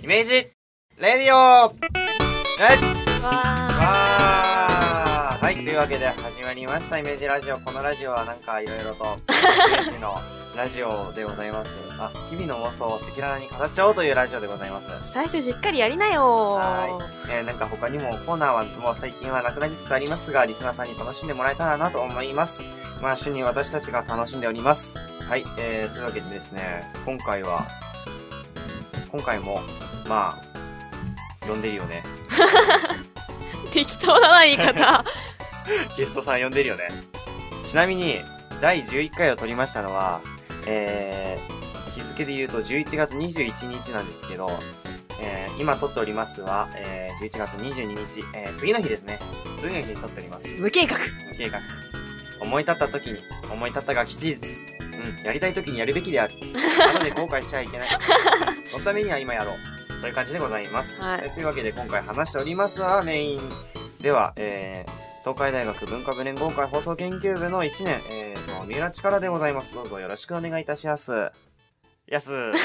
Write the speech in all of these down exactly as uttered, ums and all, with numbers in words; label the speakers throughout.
Speaker 1: イメージレディオはい
Speaker 2: わ
Speaker 1: わーはい、というわけで始まりましたイメージラジオ。このラジオはなんかいろいろとイメージのラジオでございます。あ、日々の妄想を赤裸々に語っちゃおうというラジオでございます。
Speaker 2: ー最初しっかりやりなよ
Speaker 1: はい、えー、なんか他にもコーナーはもう最近はなくなりつつありますが、リスナーさんに楽しんでもらえたらなと思います。まあ、主に私たちが楽しんでおります。はい、えー、というわけでですね、今回は今回もまあ呼んでるよね
Speaker 2: 適当な言い方
Speaker 1: ゲストさん呼んでるよね。ちなみにだいじゅういっかいを撮りましたのは、えー、日付で言うとじゅういちがつにじゅういちにちなんですけど、えー、今撮っておりますは、えー、じゅういちがつにじゅうににち、えー、次の日ですね。次の日に撮っております。
Speaker 2: 無計画
Speaker 1: 無計画。思い立った時に思い立ったが吉日。うん、やりたい時にやるべきである。なので後悔しちゃいけない。そのためには今やろう。そういう感じでございます。
Speaker 2: はい
Speaker 1: えー、というわけで今回話しておりますはメインでは、えー、東海大学文化部連合会放送研究部のいちねん、えーと、三浦力でございます。どうぞよろしくお願いいたします。やす。はい、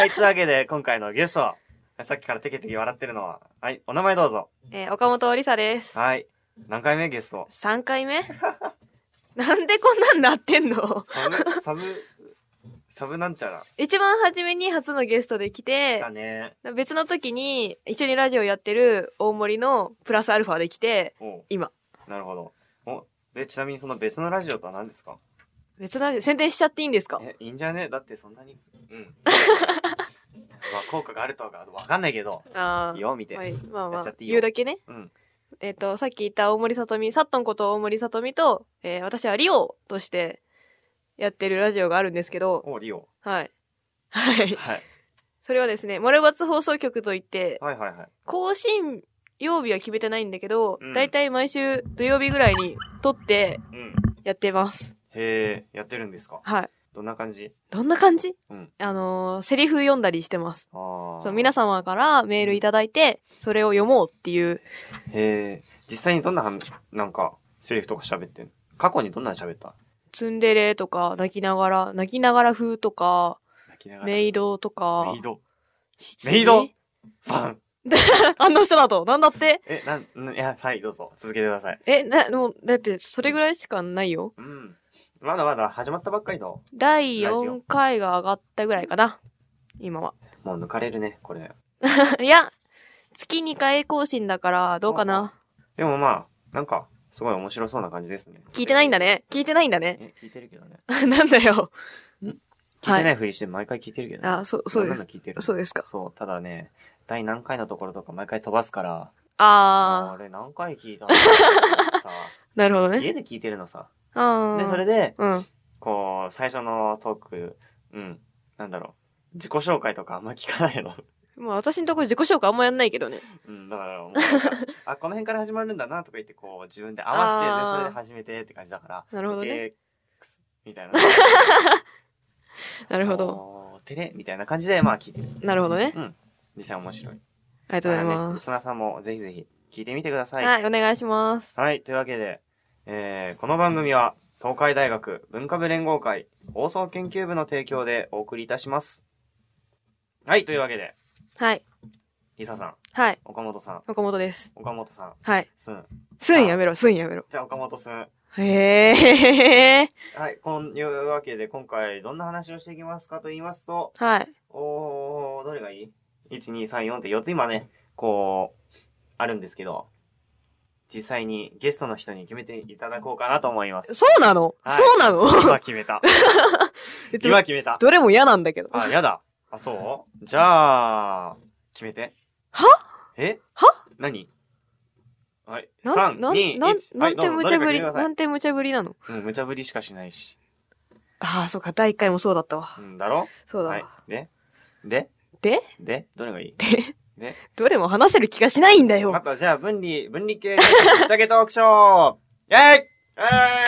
Speaker 1: というわけで今回のゲスト、さっきからテケテケ笑ってるのは、はい、お名前どうぞ。
Speaker 2: えー、岡本りさです。
Speaker 1: はい。何回目ゲスト ?
Speaker 2: さん 回目なんでこんなんなってんの
Speaker 1: サブ、サブ、サブなんちゃら。
Speaker 2: 一番初めに初のゲストで来て、
Speaker 1: 来たね。
Speaker 2: 別の時に一緒にラジオやってる大森のプラスアルファで来て、今。
Speaker 1: なるほど。お、で、ちなみにその別のラジオとは何ですか？
Speaker 2: 別のラジオ、宣伝しちゃっていいんですか？
Speaker 1: え、いいんじゃね？だってそんなに、うん。まあ効果があるとかわかんないけど、
Speaker 2: あ
Speaker 1: いいよ、見て。
Speaker 2: はい、まあまあ、
Speaker 1: やっちゃっていいよ
Speaker 2: 言うだけね。
Speaker 1: うん。
Speaker 2: えっ、と、さっき言った大森さとみ、サットンこと大森さとみと、えー、私はリオとしてやってるラジオがあるんですけど、
Speaker 1: お、リオ。
Speaker 2: はい。はい。
Speaker 1: はい。
Speaker 2: それはですね、丸抜放送局といって、
Speaker 1: はいはいはい。
Speaker 2: 更新曜日は決めてないんだけど、
Speaker 1: うん
Speaker 2: だいたい毎週土曜日ぐらいに撮って
Speaker 1: うん。
Speaker 2: やってます。
Speaker 1: へえ、やってるんですか？
Speaker 2: はい。
Speaker 1: どんな感じ？
Speaker 2: どんな感じ？
Speaker 1: うん。
Speaker 2: あのー、セリフ読んだりしてます。
Speaker 1: ああ。
Speaker 2: そう、皆様からメールいただいて、それを読もうっていう。
Speaker 1: へえ、実際にどんなはん、なんか、セリフとか喋ってんの？過去にどんなの喋った？
Speaker 2: ツンデレとか、泣きながら、泣きながら風とか、
Speaker 1: 泣きながら。
Speaker 2: メイドとか。
Speaker 1: メイド。
Speaker 2: 七
Speaker 1: メイドバン
Speaker 2: あの人だと、なんだって
Speaker 1: え、なん、んいや、はい、どうぞ。続けてください。
Speaker 2: え、な、もう、だって、それぐらいしかないよ。
Speaker 1: うん。まだまだ始まったばっかりの。
Speaker 2: だいよんかいが上がったぐらいかな。今は。
Speaker 1: もう抜かれるね、これ。
Speaker 2: いや、月にかい更新だから、どうかな。
Speaker 1: でもまあ、なんか、すごい面白そうな感じですね。
Speaker 2: 聞いてないんだね。聞いてないんだね。
Speaker 1: え、聞いてるけどね。
Speaker 2: なんだよ。
Speaker 1: 聞いてないふりして毎回聞いてるけどね。
Speaker 2: あ、そう、そうです。
Speaker 1: 聞いてる。
Speaker 2: そうですか。
Speaker 1: そう、ただね、第何回のところとか毎回飛ばすから、
Speaker 2: あ
Speaker 1: あれ何回聞いたのさ、
Speaker 2: なるほどね。
Speaker 1: 家で聞いてるのさ。
Speaker 2: あ
Speaker 1: で、それで、
Speaker 2: うん。
Speaker 1: こう、最初のトーク、うん、なんだろう、自己紹介とかあんま聞かないの。
Speaker 2: まあ私のところ自己紹介あんまやんないけどね。
Speaker 1: うん、だからもうなんか、あ、この辺から始まるんだなとか言って、こう、自分で合わせて、
Speaker 2: あー
Speaker 1: で、それで始めてって感じだから。
Speaker 2: なるほどね。
Speaker 1: えー、みたいな。
Speaker 2: なるほど。
Speaker 1: おーてれみたいな感じで、まあ聞いてる。
Speaker 2: なるほどね。
Speaker 1: うん。実際面白い。
Speaker 2: ありがとうござい
Speaker 1: ね、
Speaker 2: ます。
Speaker 1: リスナーさんもぜひぜひ聞いてみてください。
Speaker 2: はい、お願いします。
Speaker 1: はい、というわけで、えー、この番組は、東海大学文化部連合会放送研究部の提供でお送りいたします。はい、というわけで、
Speaker 2: はい。
Speaker 1: リサさん、
Speaker 2: はい。
Speaker 1: 岡本さん、
Speaker 2: 岡本です。
Speaker 1: 岡本さん、
Speaker 2: はい。
Speaker 1: すん。
Speaker 2: すんやめろ、すんやめろ。
Speaker 1: じゃあ岡本すん。
Speaker 2: へー。
Speaker 1: はい、こういうわけで今回どんな話をしていきますかと言いますと、
Speaker 2: はい。
Speaker 1: おー、どれがいい ?いち、に、さん、よん ってよっつ今ね、こう、あるんですけど、実際にゲストの人に決めていただこうかなと思います。
Speaker 2: そうなの、はい、そうなの
Speaker 1: 今決めた。今決めた。
Speaker 2: どれも嫌なんだけど。
Speaker 1: あ、やだ。あ、そうじゃあ、決めて。
Speaker 2: は
Speaker 1: え
Speaker 2: は
Speaker 1: 何はい。
Speaker 2: な
Speaker 1: さん、に、いち。
Speaker 2: な、なんて無茶ぶり、
Speaker 1: な
Speaker 2: なんて無茶ぶりなの
Speaker 1: うん、無茶ぶりしかしないし。
Speaker 2: ああ、そうか、だいいっかいもそうだったわ。
Speaker 1: うんだろ
Speaker 2: そうだわ。
Speaker 1: はい。でで
Speaker 2: で
Speaker 1: でどれがいい
Speaker 2: で
Speaker 1: で
Speaker 2: どれも話せる気がしないんだよ。
Speaker 1: また、じゃあ、分離、分離系、ぶっちゃけトークショーイェイえー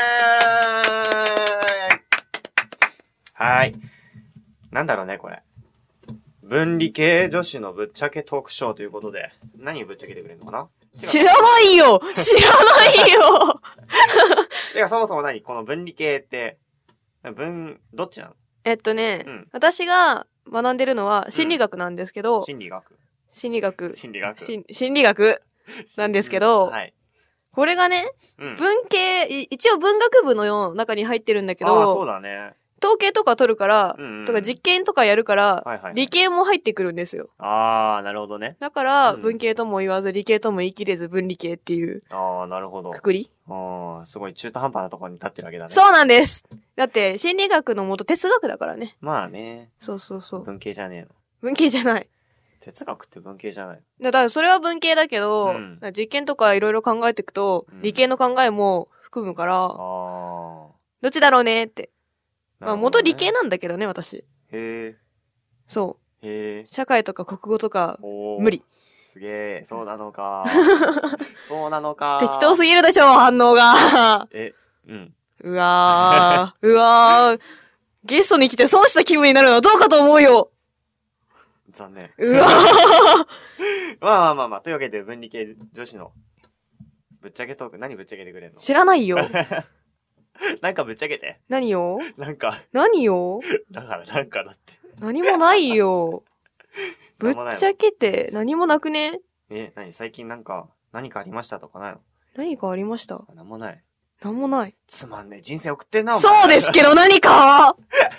Speaker 1: はい。なんだろうね、これ。分離系女子のぶっちゃけトークショーということで、何をぶっちゃけてくれるのかな
Speaker 2: 知らないよ知らないよ
Speaker 1: てか、そもそも何この分離系って、分、どっちなの
Speaker 2: えっとね、
Speaker 1: うん、
Speaker 2: 私が学んでるのは心理学なんですけど、
Speaker 1: 心理学
Speaker 2: 心理学。
Speaker 1: 心理学
Speaker 2: 心心理学なんですけど、
Speaker 1: はい。
Speaker 2: これがね、
Speaker 1: うん、
Speaker 2: 文系、一応文学部の中に入ってるんだけど、
Speaker 1: ああ、そうだね。
Speaker 2: 統計とか取るから、
Speaker 1: うんうん、
Speaker 2: とか実験とかやるから、
Speaker 1: はいはいはい、
Speaker 2: 理系も入ってくるんですよ。
Speaker 1: ああ、なるほどね。
Speaker 2: だから、
Speaker 1: うん、
Speaker 2: 文系とも言わず、理系とも言い切れず、文理系っていう。
Speaker 1: ああ、なるほど。
Speaker 2: くくり
Speaker 1: ああ、すごい中途半端なところに立ってるわけだね。
Speaker 2: そうなんです。だって、心理学の元哲学だからね。
Speaker 1: まあね。
Speaker 2: そうそうそう。
Speaker 1: 文系じゃねえの。
Speaker 2: 文系じゃない。
Speaker 1: 哲学って文系じゃない。
Speaker 2: だから、それは文系だけど、うん、実験とかいろいろ考えていくと、うん、理系の考えも含むから、あどっちだろうねって。ね、まあ、元理系なんだけどね、私。
Speaker 1: へえ。
Speaker 2: そう。
Speaker 1: へえ。
Speaker 2: 社会とか国語とか、無理。
Speaker 1: すげえ、そうなのか。そうなのか。
Speaker 2: 適当すぎるでしょ、反応が。
Speaker 1: え、うん。
Speaker 2: うわー、うわー。ゲストに来て損した気分になるのはどうかと思うよ。
Speaker 1: 残念。
Speaker 2: うわー。
Speaker 1: まあまあまあまあ、というわけで文理系女子のぶっちゃけトーク、何ぶっちゃけてくれんの？
Speaker 2: 知らないよ。
Speaker 1: なんかぶっちゃけて。
Speaker 2: 何よ？
Speaker 1: なんか。
Speaker 2: 何よ？
Speaker 1: だからなんかだって。
Speaker 2: 何もないよ。ぶっちゃけて何もなくね？
Speaker 1: え、何最近なんか、何かありましたとかないの？
Speaker 2: 何かありました？
Speaker 1: 何もない。
Speaker 2: 何もない。
Speaker 1: つまんねえ人生送ってんな、お
Speaker 2: 前。そうですけど何か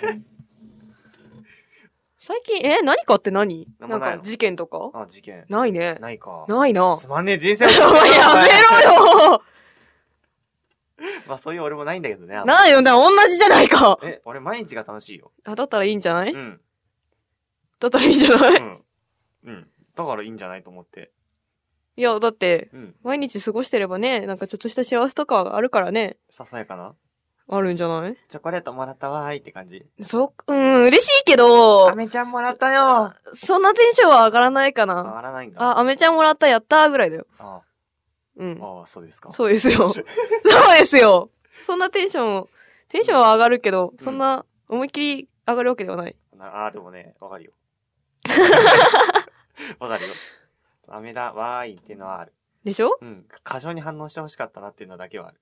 Speaker 2: 最近、え、何かって何？なんか事件とか？
Speaker 1: あ、事件。
Speaker 2: ないね。
Speaker 1: ないか。
Speaker 2: ないな。
Speaker 1: つまんねえ人生送ってんな。
Speaker 2: やめろよ
Speaker 1: まあそういう俺もないんだけどね。
Speaker 2: ないよ、同じじゃないか。
Speaker 1: え、俺毎日が楽しいよ。
Speaker 2: あ、だったらいいんじゃない？
Speaker 1: うん。
Speaker 2: だったらいいんじゃない？うん。
Speaker 1: うん。だからいいんじゃないと思って。
Speaker 2: いや、だって、うん、毎日過ごしてればね、なんかちょっとした幸せとかあるからね。
Speaker 1: ささやかな？
Speaker 2: あるんじゃない？
Speaker 1: チョコレートもらったわーいって感じ。
Speaker 2: そ、うん、嬉しいけど。
Speaker 1: アメちゃんもらったよ。
Speaker 2: そんなテンションは上がらないかな。
Speaker 1: 上がらないんだ。
Speaker 2: あ、アメちゃんもらったやったーぐらいだよ。
Speaker 1: ああ。
Speaker 2: うん。
Speaker 1: ああ、そうですか。
Speaker 2: そうですよ。そうですよ。そんなテンション、テンションは上がるけど、うん、そんな思いっきり上がるわけではない。
Speaker 1: ああ、でもね、わかるよ。わかるよ。アメだ、わーいっていうのはある。
Speaker 2: でしょ？
Speaker 1: うん。過剰に反応してほしかったなっていうのだけはある。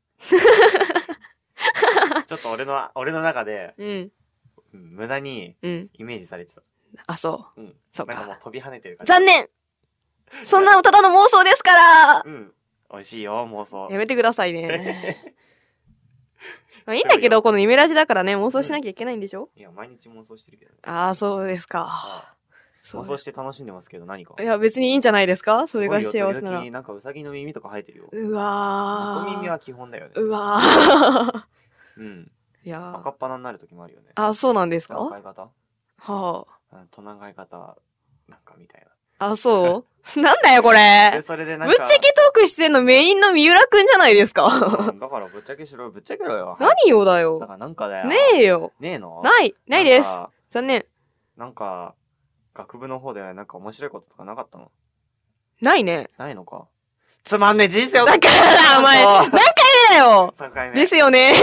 Speaker 1: ちょっと俺の、俺の中で、うん。無駄に、イメージされてた。
Speaker 2: うん、あ、そう。
Speaker 1: うん。そうか。なんかもう飛び跳ねてる感じ。
Speaker 2: 残念そんなのただの妄想ですからうん。
Speaker 1: 美味しいよ、妄想。
Speaker 2: やめてくださいね。まあいいんだけど、このイメラジだからね、妄想しなきゃいけないんでしょ？
Speaker 1: いや、毎日妄想してるけどね。
Speaker 2: ああ、そうですか。あ
Speaker 1: 妄想して楽しんでますけど何か？
Speaker 2: いや、別にいいんじゃないですか？それが幸せなら。
Speaker 1: なんかウサギの耳とか生えてるよ。
Speaker 2: うわ
Speaker 1: ー。猫耳は基本だよね。
Speaker 2: うわー。
Speaker 1: うん。
Speaker 2: いやー。
Speaker 1: 赤っ鼻になる時もあるよね。
Speaker 2: あ、そうなんですか？
Speaker 1: トナカイ型？
Speaker 2: は
Speaker 1: あ。トナカイ型、なんかみたいな。
Speaker 2: あ、そうなんだよ、これ。
Speaker 1: それでなんか。
Speaker 2: ぶっちゃけトークしてんのメインの三浦くんじゃないですか。
Speaker 1: うん、だからぶっちゃけしろよ、ぶっちゃけろよ。
Speaker 2: 何よだよ。
Speaker 1: だからなんかだよ。
Speaker 2: ねえよ。
Speaker 1: ねえの？
Speaker 2: ない、ないです。残念。
Speaker 1: なんか、学部の方でなんか面白いこととかなかったの？ない
Speaker 2: ね。
Speaker 1: ないのか。つまんねえ人生を。
Speaker 2: だからお前、何回目だよ !さん 回目。ですよね。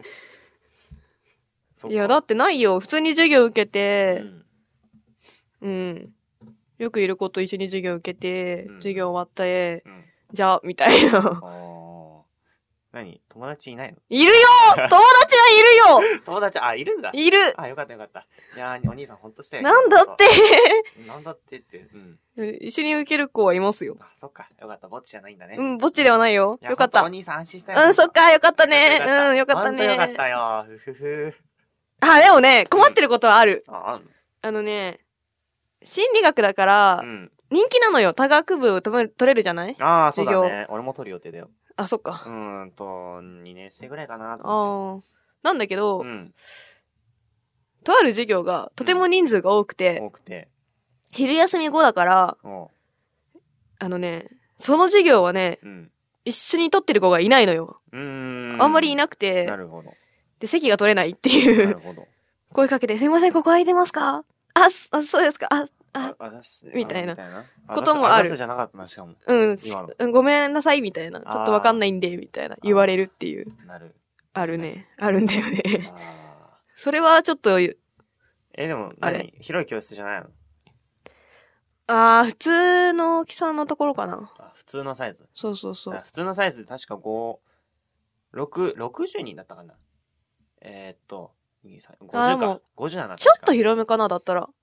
Speaker 2: いや、だってないよ。普通に授業受けて、うん。うん。よくいる子と一緒に授業受けて、うん、授業終わったえ、うん、じゃあ、みたいな。あ
Speaker 1: 何？友達いないの？
Speaker 2: いるよ友達はいるよ
Speaker 1: 友達、あ、いるんだ。
Speaker 2: いる
Speaker 1: あ、よかったよかった。いやー、お兄さんほんとして。
Speaker 2: なんだって
Speaker 1: なんだってって、
Speaker 2: うん。一緒に受ける子はいますよ。
Speaker 1: あ、そっか。よかった。ぼっちじゃないんだね。
Speaker 2: うん、ぼっちではないよ。よかった。
Speaker 1: お兄さん安心したよ。
Speaker 2: うん、そっか、よかったね。うん、よかったね。
Speaker 1: よかったよ。ふふふ。
Speaker 2: あ、でもね、困ってることはある。
Speaker 1: うん、あ、ある
Speaker 2: あのね、心理学だから、うん、人気なのよ。多学部取れるじゃない？
Speaker 1: ああ、そうだね。俺も取る予定だよ。
Speaker 2: あ、そっか。
Speaker 1: うーんと、にねん生ぐらいかなと
Speaker 2: 思って。ああ。なんだけど、うん、とある授業がとても人数が多くて、
Speaker 1: うん、多くて。
Speaker 2: 昼休み後だから、あのね、その授業はね、うん、一緒に取ってる子がいないのよ。うーん。あんまりいなくて、
Speaker 1: なるほど。
Speaker 2: で、席が取れないっていう。
Speaker 1: なるほど。声
Speaker 2: かけて、すいません、ここ空いてますか？あ、あ、そうですか。あ、あ、あみたいなこともある。
Speaker 1: じゃなかったな、しかも。
Speaker 2: うん。ごめんなさい、みたいな。ちょっとわかんないんで、みたいな。言われるっていう。
Speaker 1: なる。
Speaker 2: あるね。あるんだよね。それはちょっと、
Speaker 1: え、でも、あれ広い教室じゃないの？
Speaker 2: あー、普通の大きさのところかな。
Speaker 1: あ、普通のサイズ？
Speaker 2: そうそうそう。
Speaker 1: 普通のサイズで確かご、ろく、ろくじゅうにんだったかな。えー、っと、ごじゅうか。ごじゅうなな。
Speaker 2: ちょっと広めかな、だったら。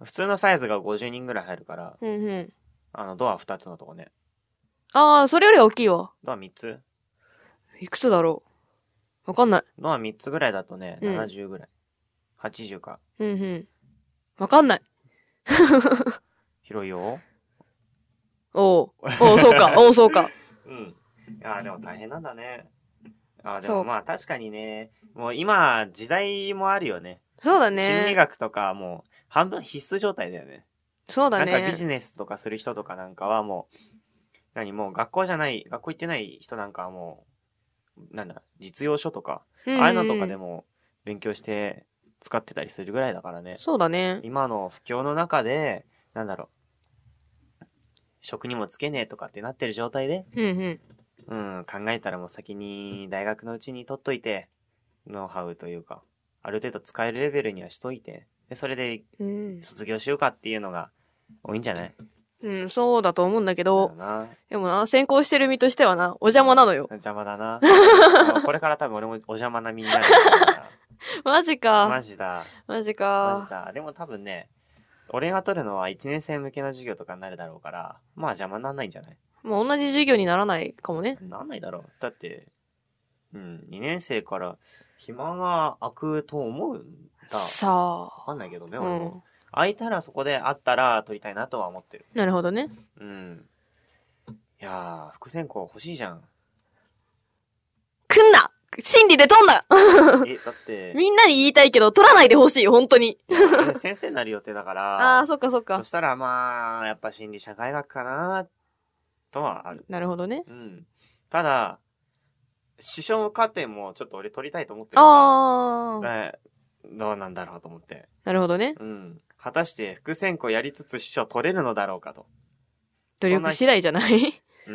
Speaker 1: 普通のサイズがごじゅうにんぐらい入るから、
Speaker 2: うんうん。
Speaker 1: あの、ドアふたつのとこね。
Speaker 2: ああ、それより大きいわ。
Speaker 1: ドアみっつ？
Speaker 2: いくつだろうわかんない。
Speaker 1: ドアみっつぐらいだとね、うん、ななじゅうぐらい。はちじゅうか。
Speaker 2: うんうん。わかんない。
Speaker 1: 広いよ。
Speaker 2: おう。おう、そうか。おう、そうか。
Speaker 1: うん。いや、でも大変なんだね。あ、でもまあ確かにね、もう今、時代もあるよね。
Speaker 2: そうだね。
Speaker 1: 心理学とかもう、半分必須状態だよね。
Speaker 2: そうだね。
Speaker 1: なんかビジネスとかする人とかなんかはもう、何もう学校じゃない、学校行ってない人なんかはもう、なんだ、実用書とか、うんうんうん、ああいうのとかでも勉強して使ってたりするぐらいだからね。
Speaker 2: そうだね。
Speaker 1: 今の不況の中で、なんだろう、職にもつけねえとかってなってる状態で、
Speaker 2: うんうん。
Speaker 1: うん、考えたらもう先に大学のうちに取っといて、ノウハウというか、ある程度使えるレベルにはしといて、で、それで卒業しようかっていうのが多いんじゃない？
Speaker 2: うん、そうだと思うんだけど、でもな、先行してる身としてはな、お邪魔なのよ。
Speaker 1: 邪魔だな。これから多分俺もお邪魔な身になる。
Speaker 2: マジか。
Speaker 1: マジだ。
Speaker 2: マジか。
Speaker 1: マジだ。でも多分ね、俺が取るのはいちねん生向けの授業とかになるだろうから、まあ邪魔にならないんじゃない？
Speaker 2: まあ同じ授業にならないかもね。
Speaker 1: ならないだろう。だって、うん、にねん生から暇が空くと思うんだ。
Speaker 2: さあ。
Speaker 1: わかんないけどね、俺も。うん、空いたらそこであったら取りたいなとは思ってる。
Speaker 2: なるほどね。
Speaker 1: うん。いやー、副専攻欲しいじゃん。
Speaker 2: 来んな心理で取んな
Speaker 1: え、だって。
Speaker 2: みんなに言いたいけど、取らないでほしい、本当に。
Speaker 1: 先生になる予定だから。
Speaker 2: ああ、そっかそっか。
Speaker 1: そしたらまあ、やっぱ心理社会学かな、とはある。
Speaker 2: なるほどね。
Speaker 1: うん。ただ、師匠課程もちょっと俺取りたいと思ってるから。
Speaker 2: あ
Speaker 1: あ。どうなんだろうと思って。
Speaker 2: なるほどね。
Speaker 1: うん。果たして副専攻やりつつ師匠取れるのだろうかと。
Speaker 2: 努力次第じゃない
Speaker 1: うん。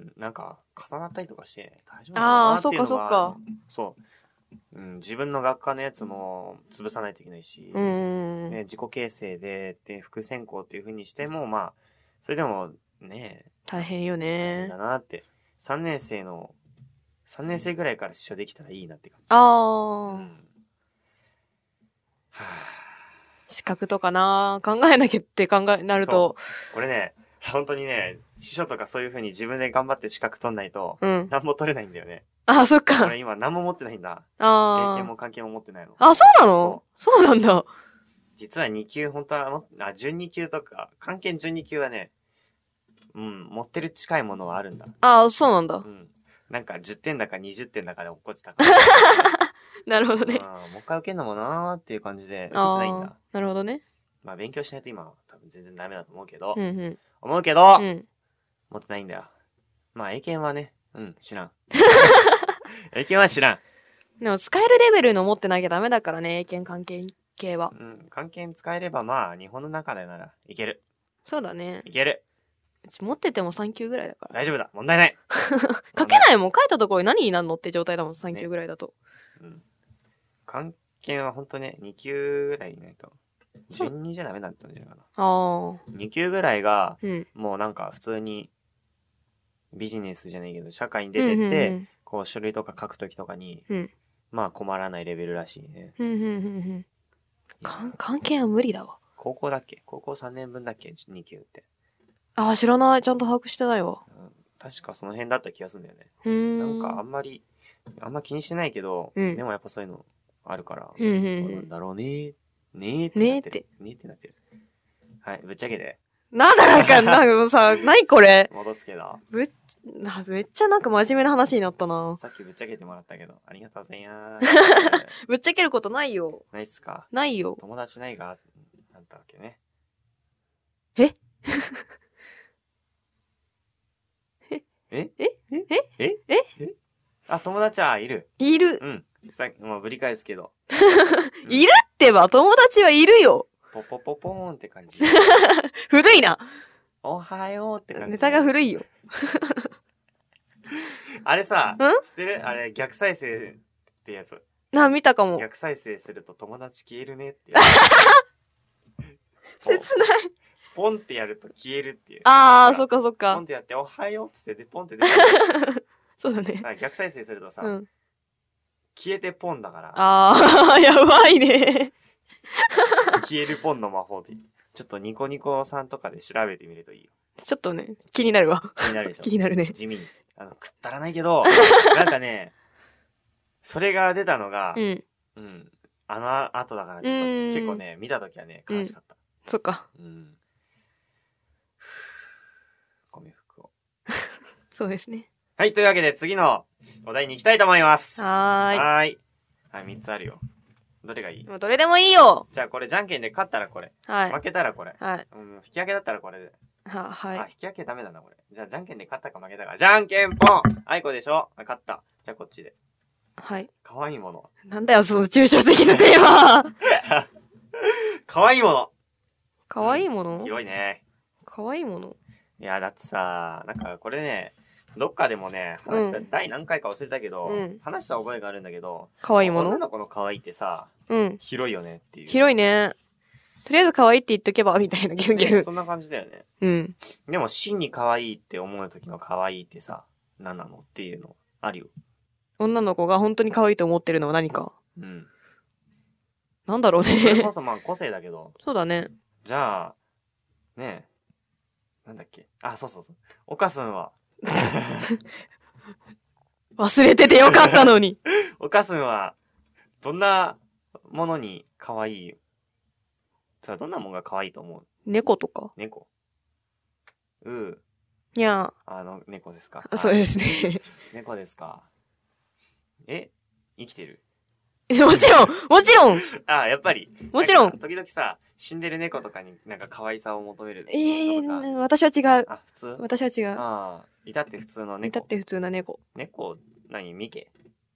Speaker 1: なんか、重なったりとかして大丈夫かなっていうのが。ああ、そっかそっか。そう。うん。自分の学科のやつも潰さないといけないし。
Speaker 2: うん、
Speaker 1: ね。自己形成で、で、副専攻っていう風にしても、まあ、それでも、ね。
Speaker 2: 大変よね。
Speaker 1: だなって。さんねん生の、さんねん生ぐらいから師匠できたらいいなって感じ。
Speaker 2: ああ。うん、
Speaker 1: はぁ。
Speaker 2: 資格とかな考えなきゃって考え、なると。
Speaker 1: 俺ね、本当にね、師匠とかそういう風に自分で頑張って資格取んないと、
Speaker 2: うん。
Speaker 1: 何も取れないんだよね。
Speaker 2: ああ、そっか。
Speaker 1: 俺今何も持ってないんだ。
Speaker 2: ああ。
Speaker 1: 経験も関係も持ってないの。
Speaker 2: あ、そうなの？そうなんだ。
Speaker 1: 実はに級、本当はも、あ、じゅうに級とか、関係じゅうに級はね、うん、持ってる近いものはあるんだ。
Speaker 2: ああ、そうなんだ。
Speaker 1: うん。なんかじゅってんだかにじゅってんだかで落っこちたから。
Speaker 2: なるほどね。
Speaker 1: あもう一回受けんのもなーっていう感じで受けてないんだ。
Speaker 2: なるほどね。
Speaker 1: まあ勉強しないと今は多分全然ダメだと思うけど。
Speaker 2: うんうん。
Speaker 1: 思うけど、
Speaker 2: うん、
Speaker 1: 持ってないんだよ。まあ英検はね、うん、知らん。英検は知らん。
Speaker 2: でも使えるレベルの持ってなきゃダメだからね、英検関係系は。
Speaker 1: うん、関係使えればまあ日本の中でならいける。
Speaker 2: そうだね。
Speaker 1: いける。
Speaker 2: うち持っててもさん級ぐらいだから。
Speaker 1: 大丈夫だ。問題ない。
Speaker 2: 書けないもん。書いたところに何になるのって状態だもん、さん級ぐらいだと。
Speaker 1: ね、うん。関係はほんとね、に級ぐらいいないと。順にじゃダメだったんじゃないかな。
Speaker 2: ああ。
Speaker 1: に級ぐらいが、
Speaker 2: うん、も
Speaker 1: うなんか普通にビジネスじゃないけど、社会に出てって、うんうんうん、こう書類とか書くときとかに、
Speaker 2: うん、
Speaker 1: まあ困らないレベルらしいね。
Speaker 2: うんうんうんうん。関係は無理だわ。
Speaker 1: 高校だっけ？高校さんねんぶんだっけ？に級って。
Speaker 2: ああ、知らない。ちゃんと把握してないわ。
Speaker 1: うん、確かその辺だった気がするんだよね。
Speaker 2: うん。
Speaker 1: なんかあんまり、あんま気にしてないけど、うん、でもやっぱそういうのあるから、
Speaker 2: うんうんうん、
Speaker 1: なんだろうねー。ねーって
Speaker 2: なってる。
Speaker 1: ねーってなってる。はい、ぶっちゃけて。
Speaker 2: なんだなんか、なんかさ、何これ
Speaker 1: 戻すけど。
Speaker 2: ぶっ、めっちゃなんか真面目な話になったな。
Speaker 1: さっきぶっちゃけてもらったけど、ありがとうございます。
Speaker 2: ぶっちゃけることないよ。
Speaker 1: ないっすか？
Speaker 2: ないよ。
Speaker 1: 友達ないが、あったわけね。
Speaker 2: え
Speaker 1: ええ
Speaker 2: ええ
Speaker 1: え
Speaker 2: え
Speaker 1: えあ、友達はいる。
Speaker 2: いる。
Speaker 1: うん。さっき、もうぶり返すけど。
Speaker 2: いるってば、友達はいるよ。
Speaker 1: ポポポポーンって感じ。
Speaker 2: 古いな。
Speaker 1: おはようって感じ。
Speaker 2: ネタが古いよ。
Speaker 1: あれさ、
Speaker 2: ん
Speaker 1: 知ってる？あれ、逆再生ってやつ。
Speaker 2: あ、見たかも。
Speaker 1: 逆再生すると友達消えるねって
Speaker 2: やつ。切ない。
Speaker 1: ポンってやると消えるっていう。
Speaker 2: あー、そっかそっか。
Speaker 1: ポンってやって、おはようっつってで、ポンって出て
Speaker 2: る。そうだね。
Speaker 1: 逆再生するとさ、
Speaker 2: うん、
Speaker 1: 消えてポンだから。
Speaker 2: あー、やばいね。
Speaker 1: 消えるポンの魔法で。 ちょっとニコニコさんとかで調べてみるといいよ。
Speaker 2: ちょっとね、気になるわ。
Speaker 1: 気になるでしょ。
Speaker 2: 気になるね。
Speaker 1: 地味に。あの、くったらないけど、なんかね、それが出たのが、
Speaker 2: うん。
Speaker 1: うん。あの後だからちょっと結構ね、見たときはね、悲しかった。
Speaker 2: うん、そっか。
Speaker 1: うん。ご冥福を。
Speaker 2: そうですね。
Speaker 1: はい、というわけで次のお題に行きたいと思います。
Speaker 2: はーい。
Speaker 1: はーい。はい、みっつあるよ。どれがいい？
Speaker 2: もうどれでもいいよ。
Speaker 1: じゃあこれじゃんけんで勝ったらこれ。
Speaker 2: はい。
Speaker 1: 負けたらこれ。
Speaker 2: はい。
Speaker 1: うん、引き分けだったらこれで。
Speaker 2: は、はい。
Speaker 1: あ、引き分けダメだな、これ。じゃあじゃんけんで勝ったか負けたか。じゃんけんぽん！あいこでしょ？勝った。じゃあこっちで。
Speaker 2: はい。
Speaker 1: かわいいもの。
Speaker 2: なんだよ、その抽象的なテーマ。
Speaker 1: かわいいもの。
Speaker 2: かわいいもの？
Speaker 1: 広いね。
Speaker 2: かわいいもの？
Speaker 1: いや、だってさ、なんかこれね、どっかでもね、話した、うん、第何回か忘れたけど、うん、話した覚えがあるんだけど、
Speaker 2: かわいいもの？
Speaker 1: 女の子のかわいいってさ、うん。広いよねっていう。
Speaker 2: 広いね。とりあえずかわいいって言っとけば、みたいな、ギュンギュン。
Speaker 1: そんな感じだよね。
Speaker 2: うん。
Speaker 1: でも、真にかわいいって思う時のかわいいってさ、何なのっていうの、あるよ。
Speaker 2: 女の子が本当にかわいいと思ってるのは何か。
Speaker 1: うん。
Speaker 2: なんだろうね。
Speaker 1: それこそまあ個性だけど。
Speaker 2: そうだね。
Speaker 1: じゃあ、ねえ。なんだっけ。あ、そうそうそう。おかすんは。
Speaker 2: 忘れててよかったのに。
Speaker 1: おかすんは、どんなものに可愛い？それはどんなものが可愛いと思う？
Speaker 2: 猫とか。
Speaker 1: 猫。うー。
Speaker 2: いや。
Speaker 1: あの、猫ですか。
Speaker 2: そうですね。
Speaker 1: 猫ですか。え？生きてる？
Speaker 2: もちろんもちろん
Speaker 1: あ、やっぱり。
Speaker 2: もちろん
Speaker 1: 時々さ、死んでる猫とかになんか可愛さを求める。
Speaker 2: ええー、私は違う。
Speaker 1: あ、普通？
Speaker 2: 私は違う。
Speaker 1: ああ、いたって普通の猫。
Speaker 2: いたって普通な猫。
Speaker 1: 猫、何？ミケ？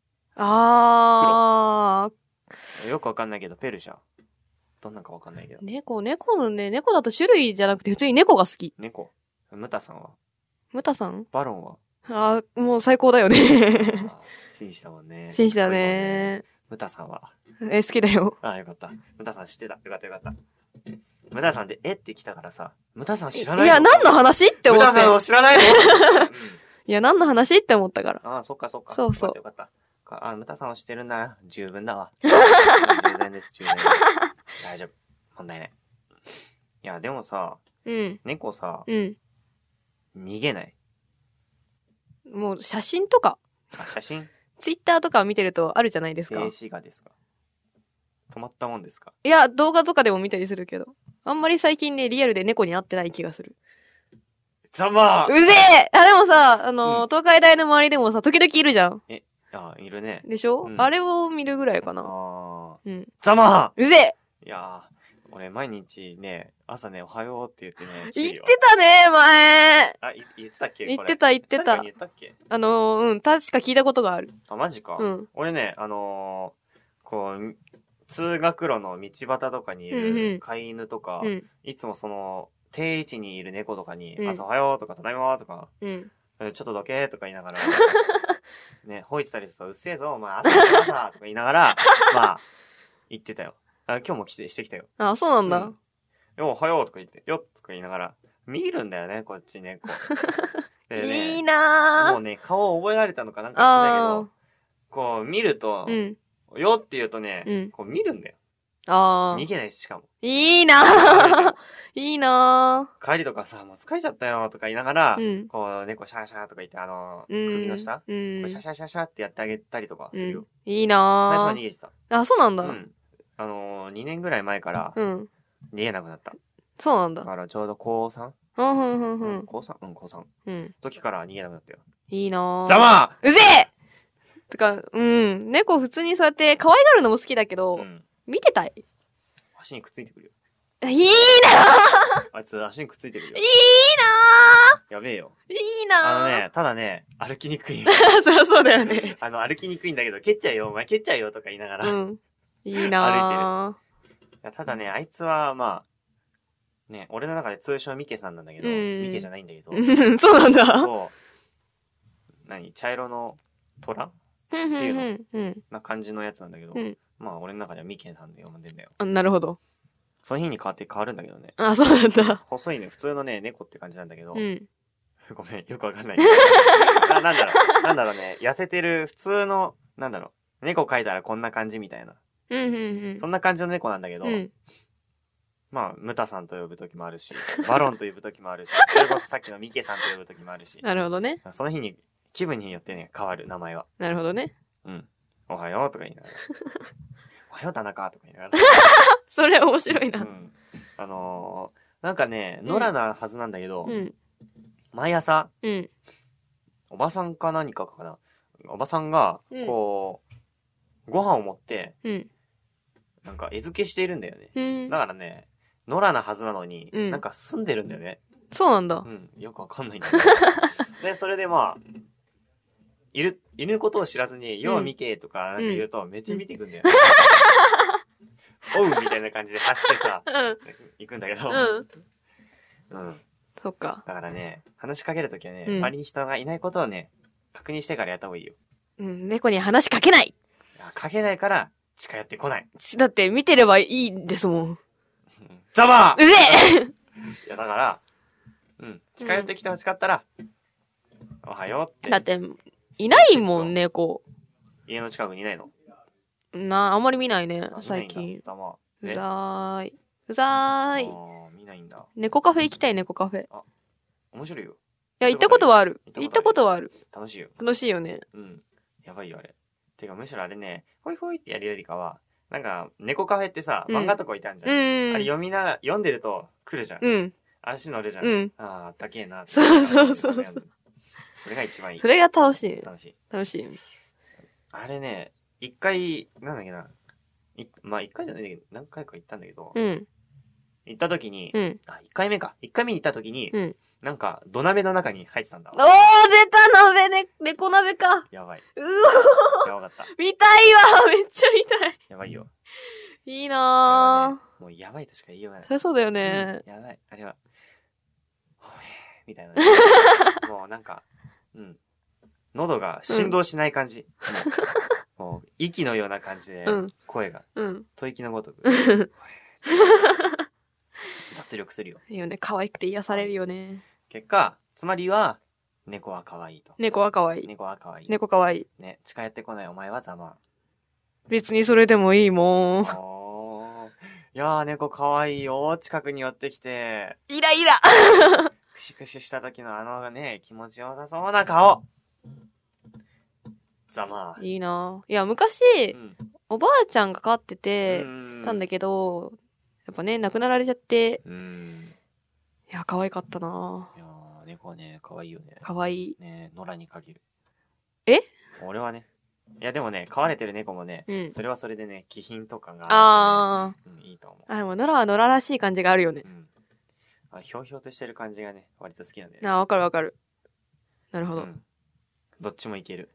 Speaker 2: あ
Speaker 1: ー。よくわかんないけど、ペルシャ。どんなんかわかんないけど。
Speaker 2: 猫、猫のね、猫だと種類じゃなくて普通に猫が好き。
Speaker 1: 猫。ムタさんは？
Speaker 2: ムタさん？
Speaker 1: バロンは？
Speaker 2: ああ、もう最高だよね。
Speaker 1: 紳士だもんね。
Speaker 2: 紳士だね。
Speaker 1: ムタさんは？
Speaker 2: え、好きだよ。
Speaker 1: ああ、よかった。ムタさん知ってた。よかったよかった。ムタさんで、えって来たからさ、ムタさん知らないの？い
Speaker 2: や、何の話って思って。
Speaker 1: ムタさんを知らないの？うん、
Speaker 2: いや、何の話って思ったから。
Speaker 1: ああ、そっかそっか。
Speaker 2: そうそう。
Speaker 1: よかった。よかった。あ、ムタさんを知ってるんなら、十分だわ。十分です、十分です。大丈夫。問題ない。いや、でもさ、
Speaker 2: うん。
Speaker 1: 猫さ、
Speaker 2: うん。
Speaker 1: 逃げない？
Speaker 2: もう、写真とか。
Speaker 1: あ、写真？
Speaker 2: ツイッターとか見てるとあるじゃないですか。
Speaker 1: 静止画ですか？止まったもんですか？
Speaker 2: いや、動画とかでも見たりするけど。あんまり最近ね、リアルで猫に会ってない気がする。
Speaker 1: ざま
Speaker 2: うぜえあ、でもさ、あの、うん、東海大の周りでもさ、時々いるじゃん。
Speaker 1: え、あ、いるね。
Speaker 2: でしょ、うん、あれを見るぐらいかな。
Speaker 1: あ
Speaker 2: うん。
Speaker 1: ざま
Speaker 2: うぜえ
Speaker 1: いやー、俺毎日ね、朝ね、おはようって言ってね。
Speaker 2: 言ってたね、前
Speaker 1: あ、言ってたっけ？
Speaker 2: 言ってた言ってた。
Speaker 1: 言ったっけ？
Speaker 2: あのー、うん、確か聞いたことがある。
Speaker 1: あ、マジか。
Speaker 2: うん。
Speaker 1: 俺ね、あのー、こう、通学路の道端とかにいる飼い犬とか、
Speaker 2: うんうん、
Speaker 1: いつもその、定位置にいる猫とかに、うん、朝おはようとか、ただいまとか、
Speaker 2: うん、
Speaker 1: ちょっとどけーとか言いながら、ね、吠えてたりすると、うっせえぞ、お前、朝朝朝とか言いながら、まあ、言ってたよ。あ、今日も来て、してきたよ。
Speaker 2: あ、そうなんだ。うん、
Speaker 1: よ、おはようとか言って、よっとか言いながら、見るんだよね、こっち猫。
Speaker 2: でね、いいなー。
Speaker 1: もうね、顔を覚えられたのかなんか知らないけど、こう、見ると、
Speaker 2: うん、
Speaker 1: よって言うとね、
Speaker 2: うん、
Speaker 1: こう見るんだよ。
Speaker 2: あ
Speaker 1: 逃げないし、しかも。
Speaker 2: いいなぁいいな
Speaker 1: ぁ帰りとかさ、もう疲れちゃったよとか言いながら、
Speaker 2: うん、
Speaker 1: こう、猫シャーシャーとか言って、あの、
Speaker 2: うん、
Speaker 1: 首の下、
Speaker 2: うん、
Speaker 1: こうシャシャシャシャってやってあげたりとかするよ。
Speaker 2: うん、いいなぁ
Speaker 1: 最初は逃げてた。
Speaker 2: あ、そうなんだ。
Speaker 1: うん。あのー、にねんぐらい前から、
Speaker 2: うん。
Speaker 1: 逃げなくなった。
Speaker 2: そうなんだ。
Speaker 1: だからちょうど高 さん?
Speaker 2: うん、うん、うん、うん。
Speaker 1: 高 さん? うん、高 さん。
Speaker 2: うん。
Speaker 1: 時から逃げなくなったよ。
Speaker 2: いいなぁ
Speaker 1: ざま
Speaker 2: うぜえてか、うん。猫普通にそうやって可愛がるのも好きだけど、うん、見てたい。
Speaker 1: 足にくっついてくるよ。
Speaker 2: いいなぁ
Speaker 1: あいつ足にくっついてるよ。いい
Speaker 2: な
Speaker 1: ぁやべえよ。
Speaker 2: いいなぁ
Speaker 1: あのね、ただね、歩きにくいよ。
Speaker 2: そりゃそうだよね。
Speaker 1: あの、歩きにくいんだけど、蹴っちゃうよ、お前蹴っちゃうよとか言いながら。
Speaker 2: うん。いいなぁ。
Speaker 1: 歩いてる。いや、ただね、あいつは、まあ、ね、俺の中で通称ミケさんなんだけど、ミケじゃないんだけど。
Speaker 2: そうなんだ。
Speaker 1: そう。何茶色の虎っていうのな感じのやつなんだけど、うん、まあ俺の中ではミケさんで呼んでんだよ。
Speaker 2: あ、なるほど。
Speaker 1: その日に変わって変わるんだけどね。
Speaker 2: あ、そうなんだ。
Speaker 1: 細いね、普通のね、猫って感じなんだけど、
Speaker 2: うん、
Speaker 1: ごめん、よくわかんないな。なんだろう、なんだろうね、痩せてる普通の、なんだろう、猫描いたらこんな感じみたいな。
Speaker 2: うんうんうん、
Speaker 1: そんな感じの猫なんだけど、うん、 まあ、ムタさんと呼ぶときもあるし、バロンと呼ぶときもあるし、それこそさっきのミケさんと呼ぶときもあるし。
Speaker 2: なるほどね。
Speaker 1: その日に、気分によってね、変わる、名前は。
Speaker 2: なるほどね。
Speaker 1: うん。おはようとか言いながら。おはよう田中とか言いながら。
Speaker 2: それ面白いな。
Speaker 1: うん。あのー、なんかね、野良なはずなんだけど、
Speaker 2: うん、
Speaker 1: 毎朝、
Speaker 2: うん、
Speaker 1: おばさんか何かかな。おばさんが、こう、うん、ご飯を持って、うん、なんか餌付けしているんだよね。うん、だからね、野良なはずなのに、うん、なんか住んでるんだよね。
Speaker 2: そうなんだ。
Speaker 1: うん、よくわかんないんだけど。で、それでまあ、いる、いることを知らずに、よう見けとかなんか言うと、めっちゃ見てくんだよね。おうみたいな感じで走ってさ、うん、行くんだけど。うん。うん。
Speaker 2: そっか。
Speaker 1: だからね、話しかけるときはね、うん、周りに人がいないことをね、確認してからやった方がいいよ。
Speaker 2: うん、猫に話しかけない。
Speaker 1: かけないから、近寄ってこない。
Speaker 2: だって見てればいいんですもん。
Speaker 1: ざま
Speaker 2: うぜえ
Speaker 1: いやだから、うん、近寄ってきてほしかったら、うん、おはようって。
Speaker 2: だって、いないもん、猫。
Speaker 1: 家の近くにいないの？
Speaker 2: なあ、あんまり見ないね、最近。ざま。うざーい。うざーい。
Speaker 1: ああ、見ないんだ。
Speaker 2: 猫カフェ行きたい、猫カフェ。あ、
Speaker 1: 面白いよ。
Speaker 2: いや、行ったことはある。行ったことはある。
Speaker 1: 楽しいよ。
Speaker 2: 楽しいよね。
Speaker 1: うん。やばいよ、あれ。てか、むしろあれね、ホイホイってやるよりかは、なんか、猫カフェってさ、漫画とか置いたんじゃん。うん。あれ読みながら、読んでると来るじゃん。うん。足乗るじゃん。うん。ああ、だけえな。
Speaker 2: そうそうそう。
Speaker 1: それが一番いい。
Speaker 2: それが楽しい。
Speaker 1: 楽しい。
Speaker 2: 楽しい。
Speaker 1: あれね、一回、なんだっけな。いまあ一回じゃないんだけど、何回か行ったんだけど、うん。行った時に、うん。あ、一回目か。一回目に行った時に、うん。なんか、土鍋の中に入ってたんだわ。
Speaker 2: おー、出た鍋ね、猫鍋か。
Speaker 1: やばい。
Speaker 2: う
Speaker 1: おー。やばかった。
Speaker 2: 見たいわ、めっちゃ見たい。
Speaker 1: やばいよ。
Speaker 2: いいなぁ、
Speaker 1: ね。もうやばいとしか言いようがない。
Speaker 2: そりゃそうだよね、
Speaker 1: うん。やばい。あれは、ほえー、みたいな、ね。もうなんか、うん。喉が振動しない感じ。うん、もう、息のような感じで、声が、うん、吐息のごとく。脱力するよ。
Speaker 2: いいよね。可愛くて癒されるよね。
Speaker 1: 結果、つまりは、猫は可愛いと。
Speaker 2: 猫は可愛い。
Speaker 1: 猫は可愛い。
Speaker 2: 猫可愛い。
Speaker 1: ね、近寄ってこないお前はざま。
Speaker 2: 別にそれでもいいもん。
Speaker 1: おー。いやー、猫可愛いよ。近くに寄ってきて。
Speaker 2: イライラ
Speaker 1: クシクシした時のあのね、気持ちよさそうな顔。ざま。
Speaker 2: いいなぁ。いや、昔、うん、おばあちゃんが飼ってて、たんだけど、やっぱね、亡くなられちゃって、うん、いや、可愛かったなぁ。
Speaker 1: いやー、猫はね、可愛いよね。
Speaker 2: 可愛い。
Speaker 1: ね、野良に限る。
Speaker 2: え？
Speaker 1: 俺はね。いや、でもね、飼われてる猫もね、うん、それはそれでね、気品とかが
Speaker 2: あ
Speaker 1: る、ね。あー。うん、いいと思う。
Speaker 2: あ、でも野良は野良らしい感じがあるよね。うん。
Speaker 1: あ、ひょうひょうとしてる感じがね、割と好きなんだよ
Speaker 2: ね。あ、わかるわかる。なるほど。うん、
Speaker 1: どっちもいける。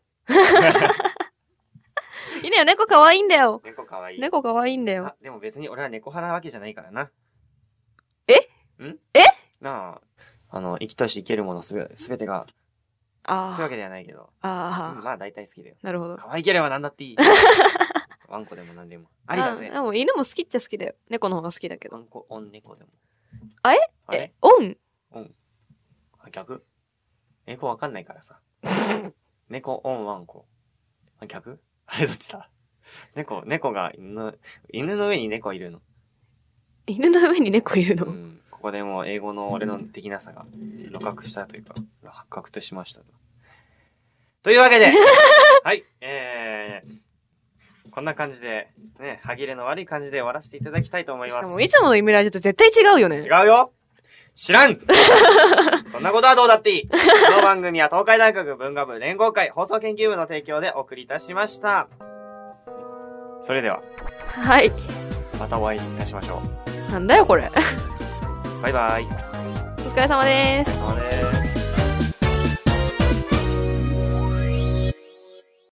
Speaker 2: いいねよ、猫可愛いんだよ。
Speaker 1: 猫可愛い。
Speaker 2: 猫可愛いんだよ。
Speaker 1: あ、でも別に俺は猫派なわけじゃないからな。
Speaker 2: え？
Speaker 1: ん？
Speaker 2: え？
Speaker 1: なあ、あの、生きとし生けるものすべ、すべてが、ああ。というわけではないけど。
Speaker 2: ああ、
Speaker 1: うん。まあ大体好きだよ。
Speaker 2: なるほど。
Speaker 1: 可愛ければ何だっていい。ワンコでも何でも。ありだぜ。
Speaker 2: でも犬も好きっちゃ好きだよ。猫の方が好きだけど。
Speaker 1: ワンコ、オン猫でも。
Speaker 2: あれ？あれ？オン？
Speaker 1: オン。あ、逆？猫わかんないからさ。猫、オン、ワンコ。あ、逆？あれどっちだ？猫、猫が犬の、犬の上に猫いるの。
Speaker 2: 犬の上に猫いるの？
Speaker 1: うん。ここでもう英語の俺のできなさが、露覚したというか、発覚としましたと。というわけで、はい、えー、こんな感じで、ね、歯切れの悪い感じで終わらせていただきたいと思います。し
Speaker 2: かもいつものイメラジと絶対違うよね。
Speaker 1: 違うよ！知らんそんなことはどうだっていい。この番組は東海大学文化部連合会放送研究部の提供でお送りいたしました。それでは。
Speaker 2: はい。
Speaker 1: またお会いいたしましょ
Speaker 2: う。なんだよこれ。
Speaker 1: バイバイ。
Speaker 2: お疲れ様です。
Speaker 1: お疲れ様です。